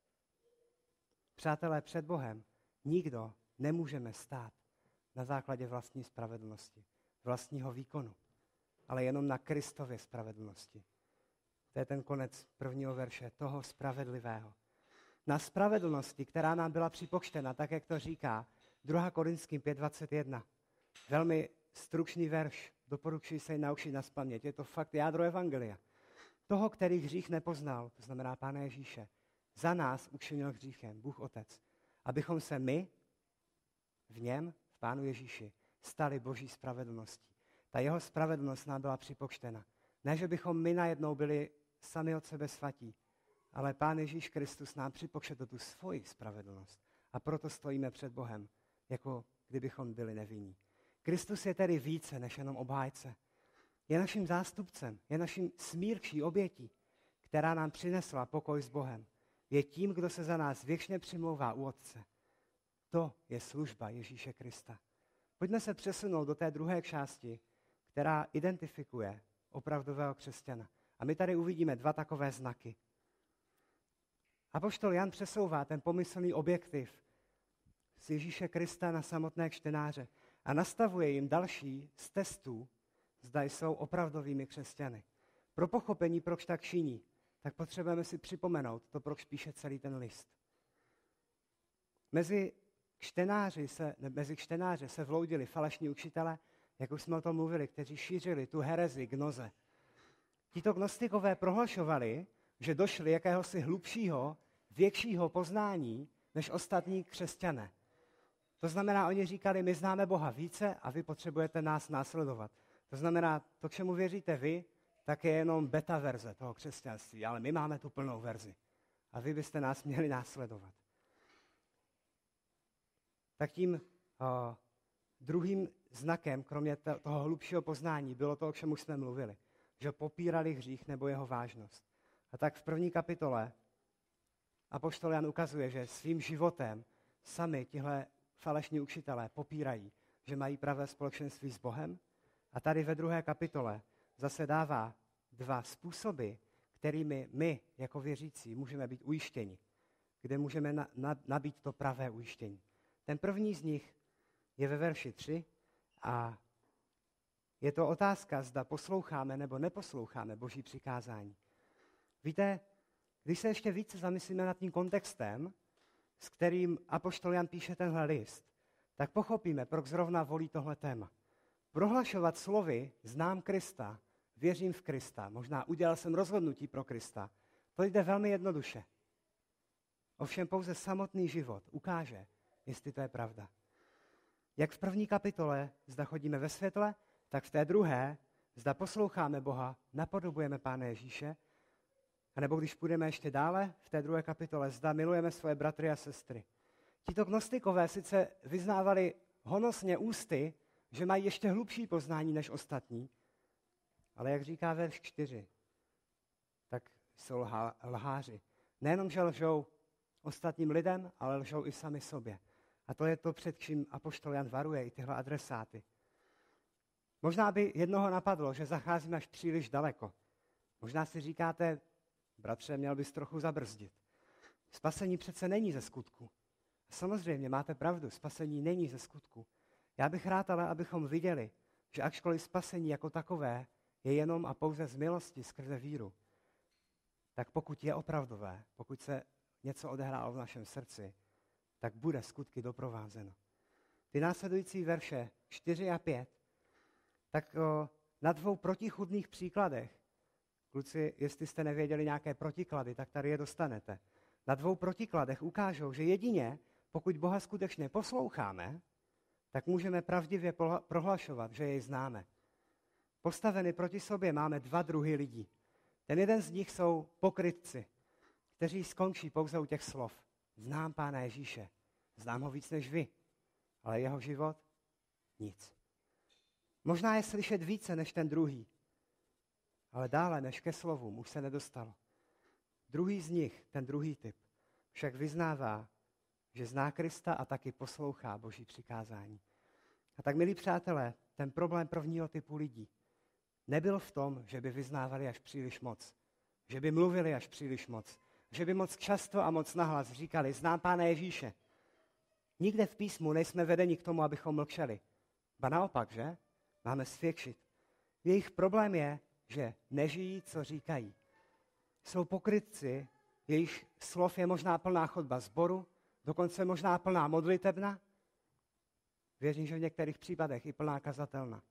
Přátelé, před Bohem nikdo nemůžeme stát na základě vlastní spravedlnosti, vlastního výkonu, ale jenom na Kristově spravedlnosti. To je ten konec prvního verše, toho spravedlivého. Na spravedlnosti, která nám byla připokřtěna, tak jak to říká druhá Korinským pět dvacet jedna. Velmi stručný verš, doporučuji se ji naučit nazpaměť. Je to fakt jádro evangelia. Toho, který hřích nepoznal, to znamená Pána Ježíše, za nás učinil hříchem Bůh Otec, abychom se my v něm, v Pánu Ježíši, stali Boží spravedlností. Ta jeho spravedlnost nám byla připokřtěna. Ne, že bychom my najednou byli sami od sebe svatí, ale Pán Ježíš Kristus nám připokřtil tu svoji spravedlnost. A proto stojíme před Bohem, jako kdybychom byli nevinní. Kristus je tedy více než jenom obhájce. Je naším zástupcem, je naším smírčí obětí, která nám přinesla pokoj s Bohem. Je tím, kdo se za nás věčně přimlouvá u Otce. To je služba Ježíše Krista. Pojďme se přesunout do té druhé části, která identifikuje opravdového křesťana. A my tady uvidíme dva takové znaky. Apoštol Jan přesouvá ten pomyslný objektiv z Ježíše Krista na samotné čtenáře a nastavuje jim další z testů, zda jsou opravdovými křesťany. Pro pochopení, proč tak činí, tak potřebujeme si připomenout to, proč píše celý ten list. Mezi čtenáři se, ne, mezi čtenáře se vloudili falešní učitele, jak už jsme o tom mluvili, kteří šířili tu herezi gnoze. Tito gnostikové prohlašovali, že došli jakéhosi hlubšího, většího poznání než ostatní křesťané. To znamená, oni říkali, my známe Boha více a vy potřebujete nás následovat. To znamená, to, k čemu věříte vy, tak je jenom beta verze toho křesťanství, ale my máme tu plnou verzi. A vy byste nás měli následovat. Tak tím uh, druhým znakem, kromě to, toho hlubšího poznání, bylo to, o čem už jsme mluvili. Že popírali hřích nebo jeho vážnost. A tak v první kapitole apoštol Jan ukazuje, že svým životem sami tihle falešní učitelé popírají, že mají pravé společenství s Bohem. A tady ve druhé kapitole zase dává dva způsoby, kterými my, jako věřící, můžeme být ujištěni, kde můžeme na, na, nabít to pravé ujištění. Ten první z nich je ve verši tři a je to otázka, zda posloucháme nebo neposloucháme Boží přikázání. Víte, když se ještě více zamyslíme nad tím kontextem, s kterým apoštol Jan píše tenhle list, tak pochopíme, proč zrovna volí tohle téma. Prohlašovat slovy znám Krista, věřím v Krista, možná udělal jsem rozhodnutí pro Krista, to jde velmi jednoduše. Ovšem pouze samotný život ukáže, jestli to je pravda. Jak v první kapitole, zda chodíme ve světle, tak v té druhé, zda posloucháme Boha, napodobujeme Pána Ježíše, anebo když půjdeme ještě dále, v té druhé kapitole, zda milujeme svoje bratry a sestry. Tito gnostikové sice vyznávali honosně ústy, že mají ještě hlubší poznání než ostatní, ale jak říká verš čtyři, tak jsou lhá, lháři. Nejenom, že lžou ostatním lidem, ale lžou i sami sobě. A to je to, před čím apoštol Jan varuje i tyhle adresáty. Možná by jednoho napadlo, že zacházíme až příliš daleko. Možná si říkáte, bratře, měl bys trochu zabrzdit. Spasení přece není ze skutku. Samozřejmě, máte pravdu, spasení není ze skutku. Já bych rád ale, abychom viděli, že ačkoliv spasení jako takové je jenom a pouze z milosti skrze víru, tak pokud je opravdové, pokud se něco odehrálo v našem srdci, tak bude skutky doprovázeno. Ty následující verše čtyři a pět, tak o, na dvou protichůdných příkladech, kluci, jestli jste nevěděli nějaké protiklady, tak tady je dostanete. Na dvou protikladech ukážou, že jedině, pokud Boha skutečně posloucháme, tak můžeme pravdivě prohlašovat, že jej známe. Postaveny proti sobě máme dva druhy lidí. Ten jeden z nich jsou pokrytci, kteří skončí pouze u těch slov. Znám Pána Ježíše, znám ho víc než vy, ale jeho život nic. Možná je slyšet více než ten druhý, ale dále než ke slovům už se nedostalo. Druhý z nich, ten druhý typ, však vyznává, že zná Krista a taky poslouchá Boží přikázání. A tak, milí přátelé, ten problém prvního typu lidí nebyl v tom, že by vyznávali až příliš moc, že by mluvili až příliš moc, že by moc často a moc nahlas říkali, znám Pána Ježíše. Nikde v písmu nejsme vedeni k tomu, abychom mlčeli. Ba naopak, že? Máme svědčit. Jejich problém je, že nežijí, co říkají. Jsou pokrytci, jejich slov je možná plná chodba sboru, dokonce možná plná modlitebna, věřím, že v některých případech i plná kazatelna.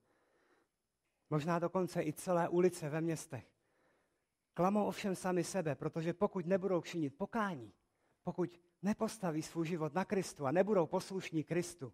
Možná dokonce i celé ulice ve městech. Klamou ovšem sami sebe, protože pokud nebudou činit pokání, pokud nepostaví svůj život na Kristu a nebudou poslušní Kristu,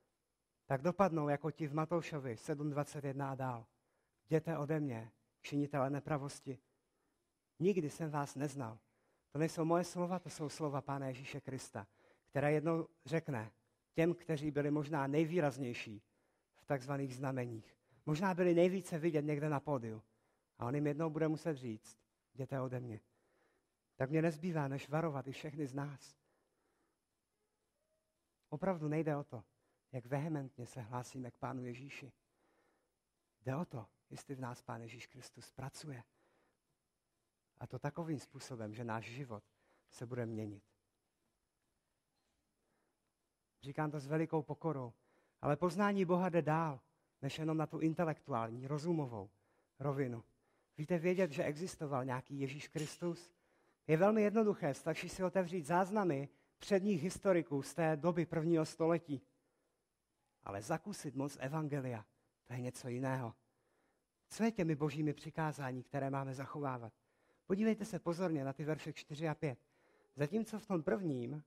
tak dopadnou jako ti v Matoušovi sedm dvacet jedna a dál. Jděte ode mě, činitele nepravosti. Nikdy jsem vás neznal. To nejsou moje slova, to jsou slova Pána Ježíše Krista, které jednou řekne těm, kteří byli možná nejvýraznější v takzvaných znameních. Možná byli nejvíce vidět někde na pódiu. A on jim jednou bude muset říct, jděte ode mě. Tak mě nezbývá, než varovat i všechny z nás. Opravdu nejde o to, jak vehementně se hlásíme k Pánu Ježíši. Jde o to, jestli v nás Pán Ježíš Kristus pracuje. A to takovým způsobem, že náš život se bude měnit. Říkám to s velikou pokorou, ale poznání Boha jde dál, než jenom na tu intelektuální, rozumovou rovinu. Víte, vědět, že existoval nějaký Ježíš Kristus, je velmi jednoduché, stačí si otevřít záznamy předních historiků z té doby prvního století. Ale zakusit moc evangelia, to je něco jiného. Co je těmi božími přikázání, které máme zachovávat? Podívejte se pozorně na ty verše čtyři a pět. Zatímco v tom prvním,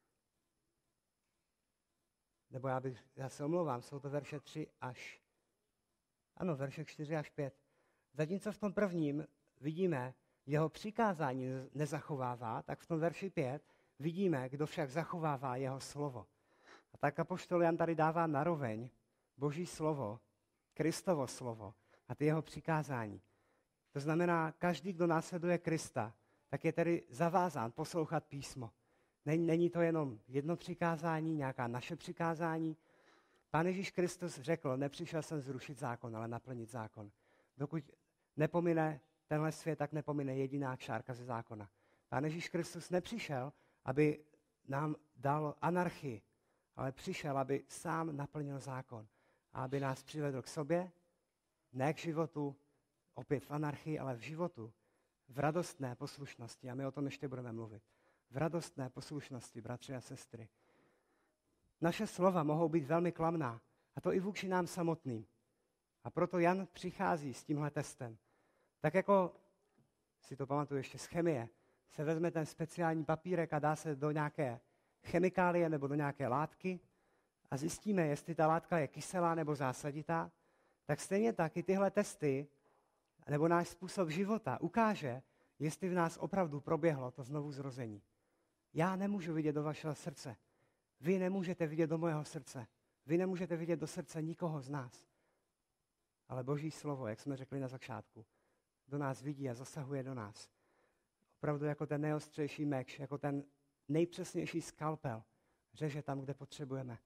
nebo já, bych, já se omlouvám, jsou to verše tři až, ano, verše čtyři až pět. Zatímco v tom prvním vidíme, jeho přikázání nezachovává, tak v tom verši pět vidíme, kdo však zachovává jeho slovo. A tak apoštol Jan tady dává naroveň Boží slovo, Kristovo slovo a ty jeho přikázání. To znamená, každý, kdo následuje Krista, tak je tedy zavázán poslouchat písmo. Není, není to jenom jedno přikázání, nějaká naše přikázání. Pán Ježíš Kristus řekl, nepřišel jsem zrušit zákon, ale naplnit zákon. Dokud nepomine tenhle svět, tak nepomine jediná čárka ze zákona. Pán Ježíš Kristus nepřišel, aby nám dal anarchii, ale přišel, aby sám naplnil zákon a aby nás přivedl k sobě, ne k životu, opět v anarchii, ale v životu, v radostné poslušnosti. A my o tom ještě budeme mluvit. V radostné poslušnosti, bratři a sestry. Naše slova mohou být velmi klamná, a to i vůči nám samotným. A proto Jan přichází s tímhle testem. Tak jako, si to pamatuju ještě z chemie, se vezme ten speciální papírek a dá se do nějaké chemikálie nebo do nějaké látky a zjistíme, jestli ta látka je kyselá nebo zásaditá, tak stejně tak i tyhle testy nebo náš způsob života ukáže, jestli v nás opravdu proběhlo to znovuzrození. Já nemůžu vidět do vašeho srdce. Vy nemůžete vidět do mojeho srdce. Vy nemůžete vidět do srdce nikoho z nás. Ale Boží slovo, jak jsme řekli na začátku, do nás vidí a zasahuje do nás. Opravdu jako ten nejostřejší meč, jako ten nejpřesnější skalpel, řeže tam, kde potřebujeme.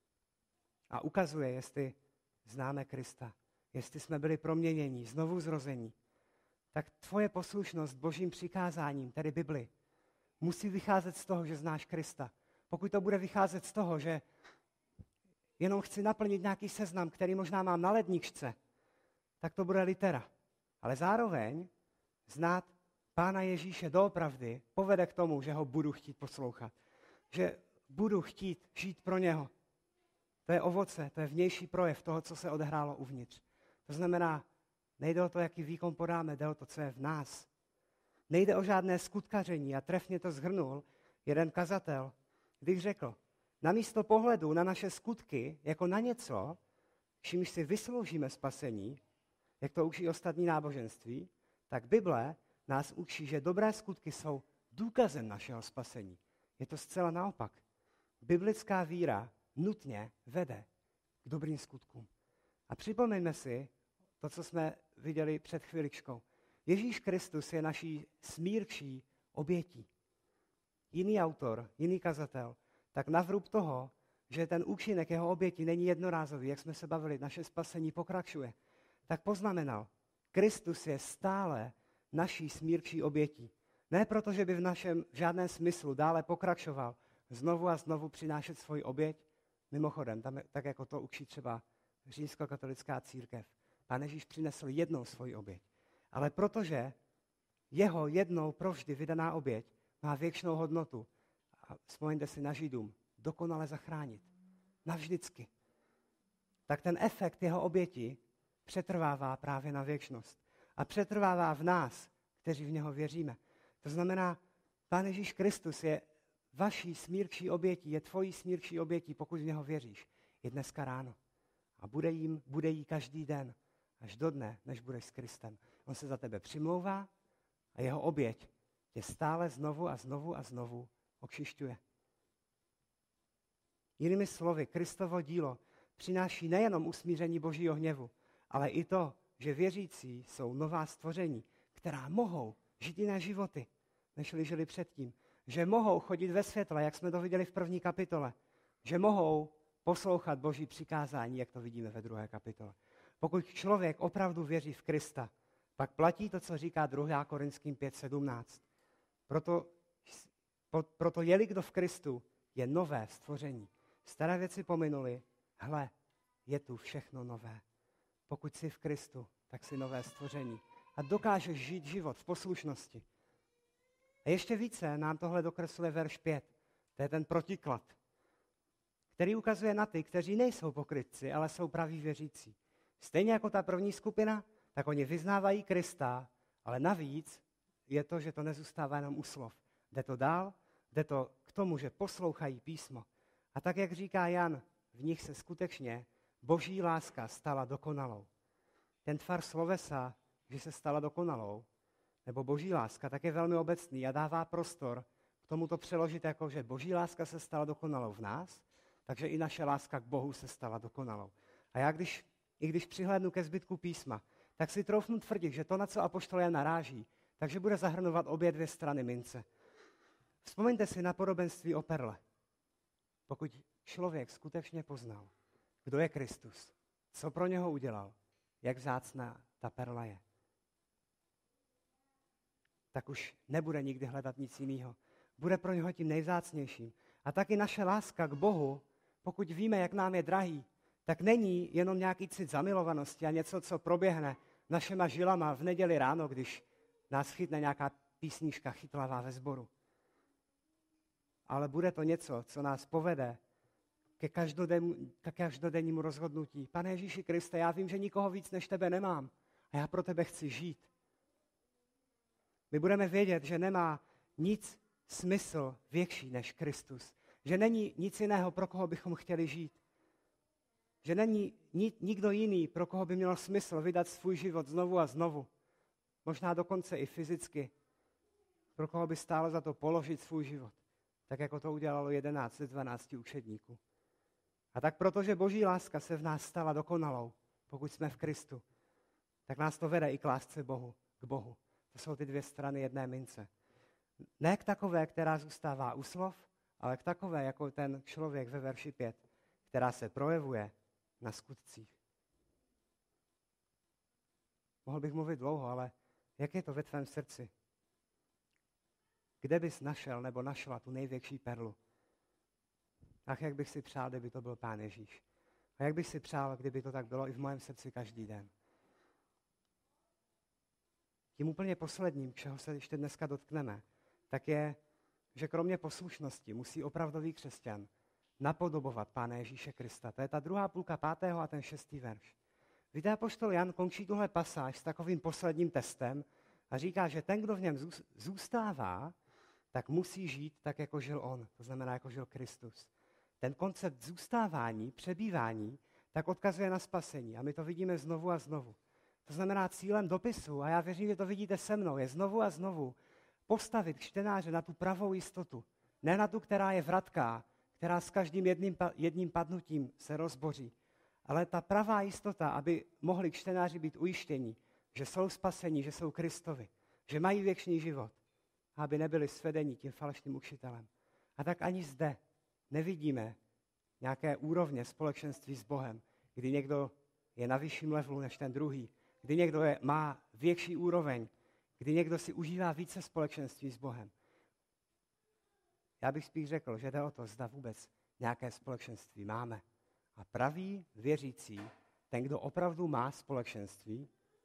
A ukazuje, jestli známe Krista, jestli jsme byli proměnění, znovu zrození, tak tvoje poslušnost Božím přikázáním, tedy Bibli, musí vycházet z toho, že znáš Krista. pokud to bude vycházet z toho, že jenom chci naplnit nějaký seznam, který možná mám na ledničce, tak to bude litera. Ale zároveň znát Pána Ježíše doopravdy povede k tomu, že ho budu chtít poslouchat. Že budu chtít žít pro něho. To je ovoce, to je vnější projev toho, co se odehrálo uvnitř. To znamená, nejde o to, jaký výkon podáme, jde o to, co je v nás. Nejde o žádné skutkaření a trefně to shrnul jeden kazatel, když řekl, namísto pohledu na naše skutky jako na něco, čímž si vysloužíme spasení, jak to učí ostatní náboženství, tak Bible nás učí, že dobré skutky jsou důkazem našeho spasení. Je to zcela naopak. Biblická víra nutně vede k dobrým skutkům. A připomeňme si to, co jsme viděli před chviličkou. Ježíš Kristus je naší smírčí obětí. Jiný autor, jiný kazatel, tak na vrub toho, že ten účinek jeho oběti není jednorázový, jak jsme se bavili, naše spasení pokračuje, tak poznamenal, Kristus je stále naší smírčí obětí. Ne proto, že by v našem v žádném smyslu dále pokračoval znovu a znovu přinášet svoji oběť. Mimochodem, tam je, tak jako to učí třeba římskokatolická církev. Pán Ježíš přinesl jednou svoji oběť. Ale protože jeho jednou provždy vydaná oběť má věčnou hodnotu, a vzpomeňte si na Židům, dokonale zachránit. Navždycky. Tak ten efekt jeho oběti přetrvává právě na věčnost. A přetrvává v nás, kteří v něho věříme. To znamená, Pán Ježíš Kristus je vaší smírčí obětí, je tvojí smírčí obětí, pokud v něho věříš. Je dneska ráno. A bude, jim, bude jí každý den, až do dne, než budeš s Kristem. On se za tebe přimlouvá a jeho oběť tě stále znovu a znovu a znovu okšišťuje. Jinými slovy, Kristovo dílo přináší nejenom usmíření Božího hněvu, ale i to, že věřící jsou nová stvoření, která mohou žít jiné životy, než žili předtím. Že mohou chodit ve světle, jak jsme to viděli v první kapitole. Že mohou poslouchat Boží přikázání, jak to vidíme ve druhé kapitole. Pokud člověk opravdu věří v Krista, pak platí to, co říká druhá Korinským pět sedmnáct. Proto, proto je-li kdo v Kristu, je nové stvoření. Staré věci pominuly, hle, je tu všechno nové. Pokud jsi v Kristu, tak jsi nové stvoření. A dokážeš žít život v poslušnosti. A ještě více nám tohle dokresluje verš pět. To je ten protiklad, který ukazuje na ty, kteří nejsou pokrytci, ale jsou praví věřící. Stejně jako ta první skupina, tak oni vyznávají Krista, ale navíc je to, že to nezůstává jenom u slov. Jde to dál, jde to k tomu, že poslouchají písmo. A tak, jak říká Jan, v nich se skutečně Boží láska stala dokonalou. Ten tvar slovesa, že se stala dokonalou, nebo Boží láska, tak je velmi obecný a dává prostor k tomu to přeložit jako, že Boží láska se stala dokonalou v nás, takže i naše láska k Bohu se stala dokonalou. A já, když, i když přihlédnu ke zbytku písma, tak si troufnu tvrdit, že to, na co apoštol Jan naráží, takže bude zahrnovat obě dvě strany mince. Vzpomeňte si na podobenství o perle. Pokud člověk skutečně poznal, kdo je Kristus, co pro něho udělal, jak vzácná ta perla je, tak už nebude nikdy hledat nic jiného. Bude pro něho tím nejvzácnějším. A taky naše láska k Bohu, pokud víme, jak nám je drahý, tak není jenom nějaký cit zamilovanosti a něco, co proběhne našima žilama v neděli ráno, když nás chytne nějaká písnička chytlavá ve sboru. Ale bude to něco, co nás povede ke každodennímu, ke každodennímu rozhodnutí. Pane Ježíši Kriste, já vím, že nikoho víc než tebe nemám a já pro tebe chci žít. My budeme vědět, že nemá nic smysl větší než Kristus. Že není nic jiného, pro koho bychom chtěli žít. Že není ni, nikdo jiný, pro koho by mělo smysl vydat svůj život znovu a znovu. Možná dokonce i fyzicky. Pro koho by stálo za to položit svůj život. Tak jako to udělalo jedenáct ze dvanácti učedníků. A tak protože Boží láska se v nás stala dokonalou, pokud jsme v Kristu, tak nás to vede i k lásce Bohu, k Bohu. To jsou ty dvě strany jedné mince. Ne k takové, která zůstává u slov, ale k takové, jako ten člověk ve verši pět, která se projevuje na skutcích. Mohl bych mluvit dlouho, ale jak je to ve tvém srdci? Kde bys našel nebo našla tu největší perlu? Ach, jak bych si přál, kdyby to byl Pán Ježíš. A jak bych si přál, kdyby to tak bylo i v mém srdci každý den. Tím úplně posledním, čeho se ještě dneska dotkneme, tak je, že kromě poslušnosti musí opravdový křesťan napodobovat Pána Ježíše Krista. To je ta druhá půlka pátého a ten šestý verš. Víte, apoštol Jan končí tuhle pasáž s takovým posledním testem a říká, že ten, kdo v něm zůstává, tak musí žít tak, jako žil on. To znamená, jako žil Kristus. Ten koncept zůstávání, přebývání, tak odkazuje na spasení. A my to vidíme znovu a znovu. To znamená, cílem dopisu, a já věřím, že to vidíte se mnou, je znovu a znovu postavit čtenáře na tu pravou jistotu. Ne na tu, která je vratká, která s každým jedním, jedním padnutím se rozboří. Ale ta pravá jistota, aby mohli čtenáři být ujištěni, že jsou spaseni, že jsou Kristovi, že mají věčný život, aby nebyli svedeni tím falešným učitelem. A tak ani zde nevidíme nějaké úrovně společenství s Bohem, kdy někdo je na vyšším levelu než ten druhý, kdy někdo je, má větší úroveň, kdy někdo si užívá více společenství s Bohem. Já bych spíš řekl, že jde o to, zda vůbec nějaké společenství máme. A pravý věřící, ten, kdo opravdu má společenství,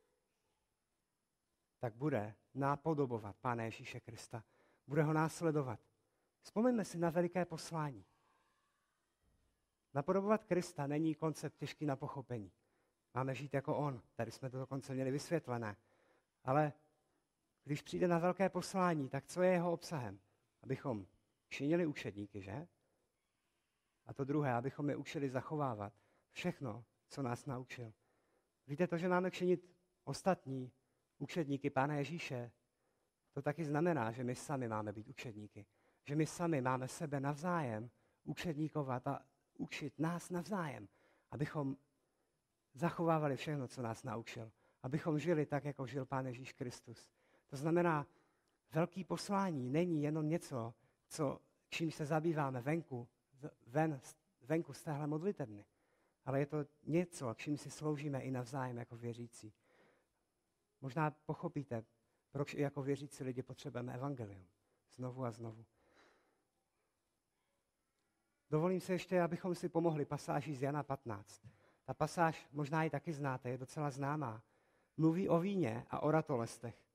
tak bude napodobovat Pána Ježíše Krista. Bude ho následovat. Vzpomeňme si na veliké poslání. Napodobovat Krista není koncept těžký na pochopení. Máme žít jako on. Tady jsme to dokonce měli vysvětlené. Ale když přijde na velké poslání, tak co je jeho obsahem? Abychom činili učedníky, že? A to druhé, abychom je učili zachovávat všechno, co nás naučil. Víte, to, že máme činit ostatní učedníky Pána Ježíše, to taky znamená, že my sami máme být učedníky. Že my sami máme sebe navzájem učedníkovat a učit nás navzájem, abychom zachovávali všechno, co nás naučil. Abychom žili tak, jako žil Pán Ježíš Kristus. To znamená, velký poslání není jenom něco, co, čím se zabýváme venku, ven, venku z téhle modlitebny. Ale je to něco, čím si sloužíme i navzájem jako věřící. Možná pochopíte, proč i jako věřící lidi potřebujeme evangelium. Znovu a znovu. Dovolím se ještě, abychom si pomohli pasáží z Jana patnáct. Ta pasáž možná ji taky znáte, je docela známá. Mluví o víně a o ratolestech.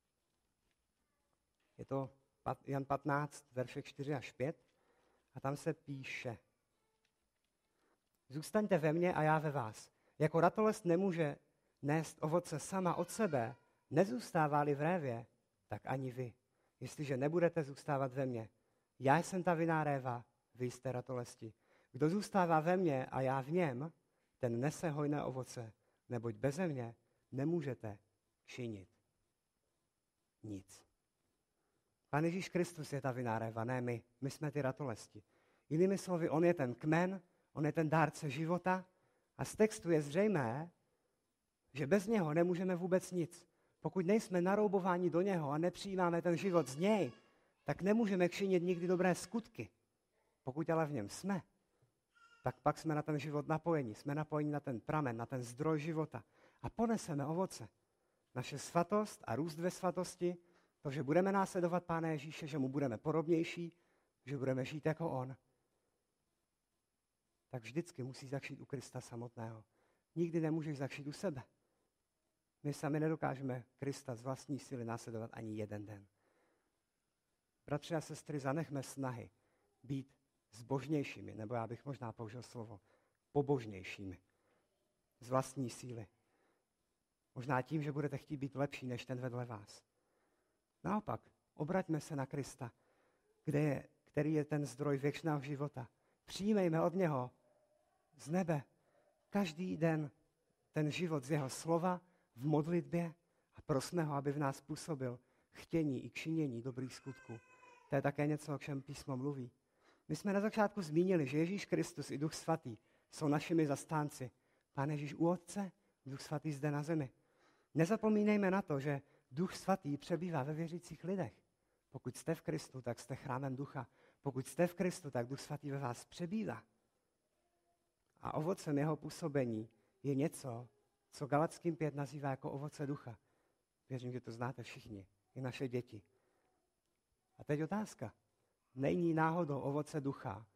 Je to Jan patnáct, verše čtyři až pět. A tam se píše: Zůstaňte ve mně a já ve vás. Jako ratolest nemůže nést ovoce sama od sebe, nezůstává-li v révě, tak ani vy, jestliže nebudete zůstávat ve mně. Já jsem ta vinná réva, vy jste ratolesti. Kdo zůstává ve mně a já v něm, ten nese hojné ovoce, neboť beze mě nemůžete činit nic. Pán Ježíš Kristus je ta vinná réva, ne my. My jsme ty ratolesti. Jinými slovy, on je ten kmen, on je ten dárce života a z textu je zřejmé, že bez něho nemůžeme vůbec nic. Pokud nejsme naroubováni do něho a nepřijímáme ten život z něj, tak nemůžeme činit nikdy dobré skutky. Pokud ale v něm jsme, tak pak jsme na ten život napojeni. Jsme napojeni na ten pramen, na ten zdroj života. A poneseme ovoce. Naše svatost a růst ve svatosti, to, že budeme následovat Pána Ježíše, že mu budeme podobnější, že budeme žít jako on, tak vždycky musí začít u Krista samotného. Nikdy nemůžeš začít u sebe. My sami nedokážeme Krista z vlastní síly následovat ani jeden den. Bratři a sestry, zanechme snahy být zbožnějšími, nebo já bych možná použil slovo pobožnějšími z vlastní síly. Možná tím, že budete chtít být lepší než ten vedle vás. Naopak, obraťme se na Krista, kde je, který je ten zdroj věčného života. Přijmejme od něho z nebe každý den ten život z jeho slova v modlitbě a prosme ho, aby v nás působil chtění i činění dobrých skutků. To je také něco, o čem písmo mluví. My jsme na začátku zmínili, že Ježíš Kristus i Duch Svatý jsou našimi zastánci. Pán Ježíš u Otce, Duch Svatý zde na zemi. Nezapomínejme na to, že Duch Svatý přebývá ve věřících lidech. Pokud jste v Kristu, tak jste chrámem Ducha. Pokud jste v Kristu, tak Duch Svatý ve vás přebývá. A ovocem jeho působení je něco, co Galackým pět nazývá jako ovoce ducha. Věřím, že to znáte všichni, i naše děti. A teď otázka. Není náhodou ovoce ducha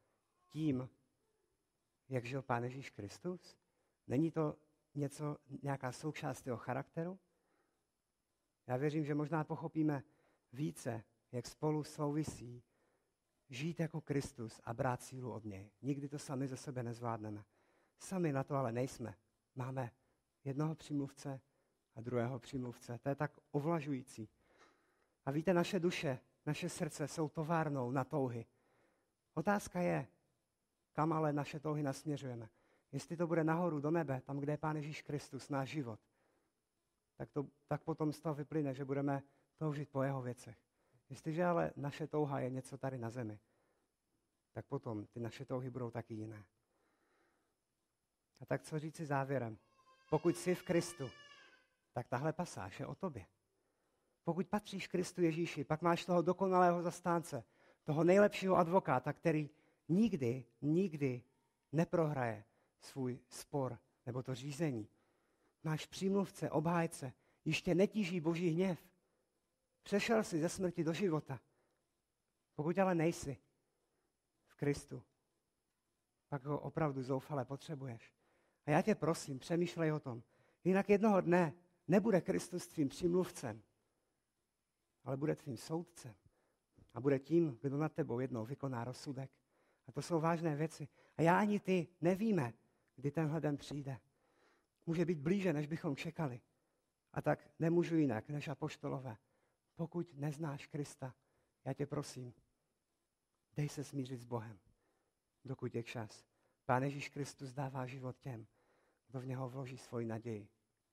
tím, jak žil Pán Ježíš Kristus? Není to něco, nějaká součást jeho charakteru? Já věřím, že možná pochopíme více, jak spolu souvisí žít jako Kristus a brát sílu od něj. Nikdy to sami ze sebe nezvládneme. Sami na to ale nejsme. Máme jednoho přímluvce a druhého přímluvce. To je tak ovlažující. A víte, naše duše, naše srdce jsou továrnou na touhy. Otázka je, kam ale naše touhy nasměřujeme. Jestli to bude nahoru do nebe, tam, kde je Pán Ježíš Kristus, náš život, tak, to, tak potom z toho vyplyne, že budeme toužit po jeho věcech. Jestliže ale naše touha je něco tady na zemi, tak potom ty naše touhy budou taky jiné. A tak co říci závěrem? Pokud jsi v Kristu, tak tahle pasáž je o tobě. Pokud patříš Kristu Ježíši, pak máš toho dokonalého zastánce, toho nejlepšího advokáta, který nikdy, nikdy neprohraje svůj spor nebo to řízení. Máš přímluvce, obhájce, již tě netíží boží hněv. Přešel jsi ze smrti do života. Pokud ale nejsi v Kristu, pak ho opravdu zoufale potřebuješ. A já tě prosím, přemýšlej o tom. Jinak jednoho dne nebude Kristus tvým přímluvcem, ale bude tvým soudcem. A bude tím, kdo nad tebou jednou vykoná rozsudek. A to jsou vážné věci. A já ani ty nevíme, kdy tenhle den přijde. Může být blíže, než bychom čekali. A tak nemůžu jinak, než apoštolové. Pokud neznáš Krista, já tě prosím, dej se smířit s Bohem, dokud je čas. Pán Ježíš Kristus dává život těm, kdo v něho vloží svoji naději.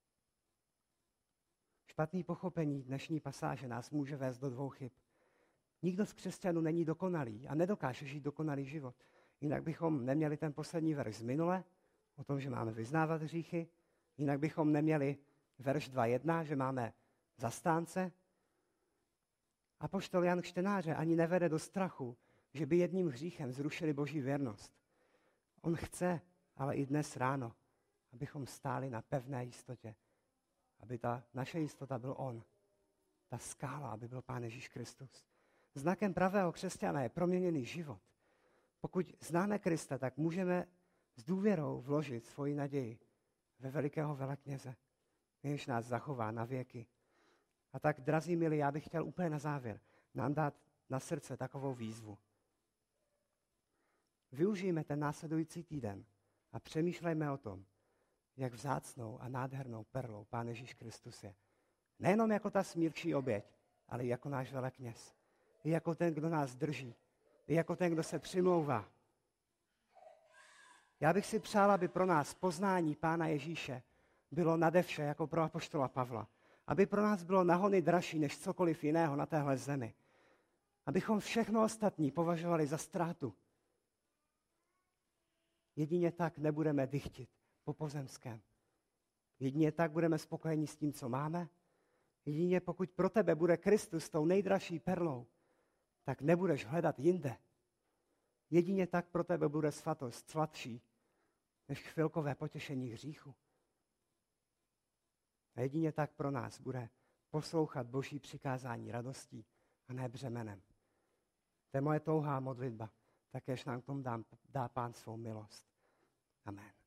Špatný pochopení dnešní pasáže nás může vést do dvou chyb. Nikdo z křesťanů není dokonalý a nedokáže žít dokonalý život. Jinak bychom neměli ten poslední verš z minule, o tom, že máme vyznávat hříchy. Jinak bychom neměli verš dva jedna, že máme zastánce. Apoštol Jan čtenáře ani nevede do strachu, že by jedním hříchem zrušili boží věrnost. On chce, ale i dnes ráno, abychom stáli na pevné jistotě. Aby ta naše jistota byl on. Ta skála, aby byl Pán Ježíš Kristus. Znakem pravého křesťana je proměněný život. Pokud známe Krista, tak můžeme s důvěrou vložit svoji naději ve velikého velekněze, jenž nás zachová na věky. A tak, drazí milí, já bych chtěl úplně na závěr nám dát na srdce takovou výzvu. Využijme ten následující týden a přemýšlejme o tom, jak vzácnou a nádhernou perlou Pán Ježíš Kristus je. Nejenom jako ta smírčí oběť, ale i jako náš velekněz. I jako ten, kdo nás drží. I jako ten, kdo se přimlouvá. Já bych si přál, aby pro nás poznání Pána Ježíše bylo nade vše, jako pro apoštola Pavla. Aby pro nás bylo na hony dražší než cokoliv jiného na téhle zemi. Abychom všechno ostatní považovali za ztrátu. Jedině tak nebudeme dychtit po pozemském. Jedině tak budeme spokojeni s tím, co máme. Jedině pokud pro tebe bude Kristus tou nejdražší perlou, tak nebudeš hledat jinde. Jedině tak pro tebe bude svatost sladší než chvilkové potěšení hříchu. A jedině tak pro nás bude poslouchat Boží přikázání radostí a ne břemenem. To je moje touhá modlitba. Takéž nám k tomu dá, dá Pán svou milost. Amen.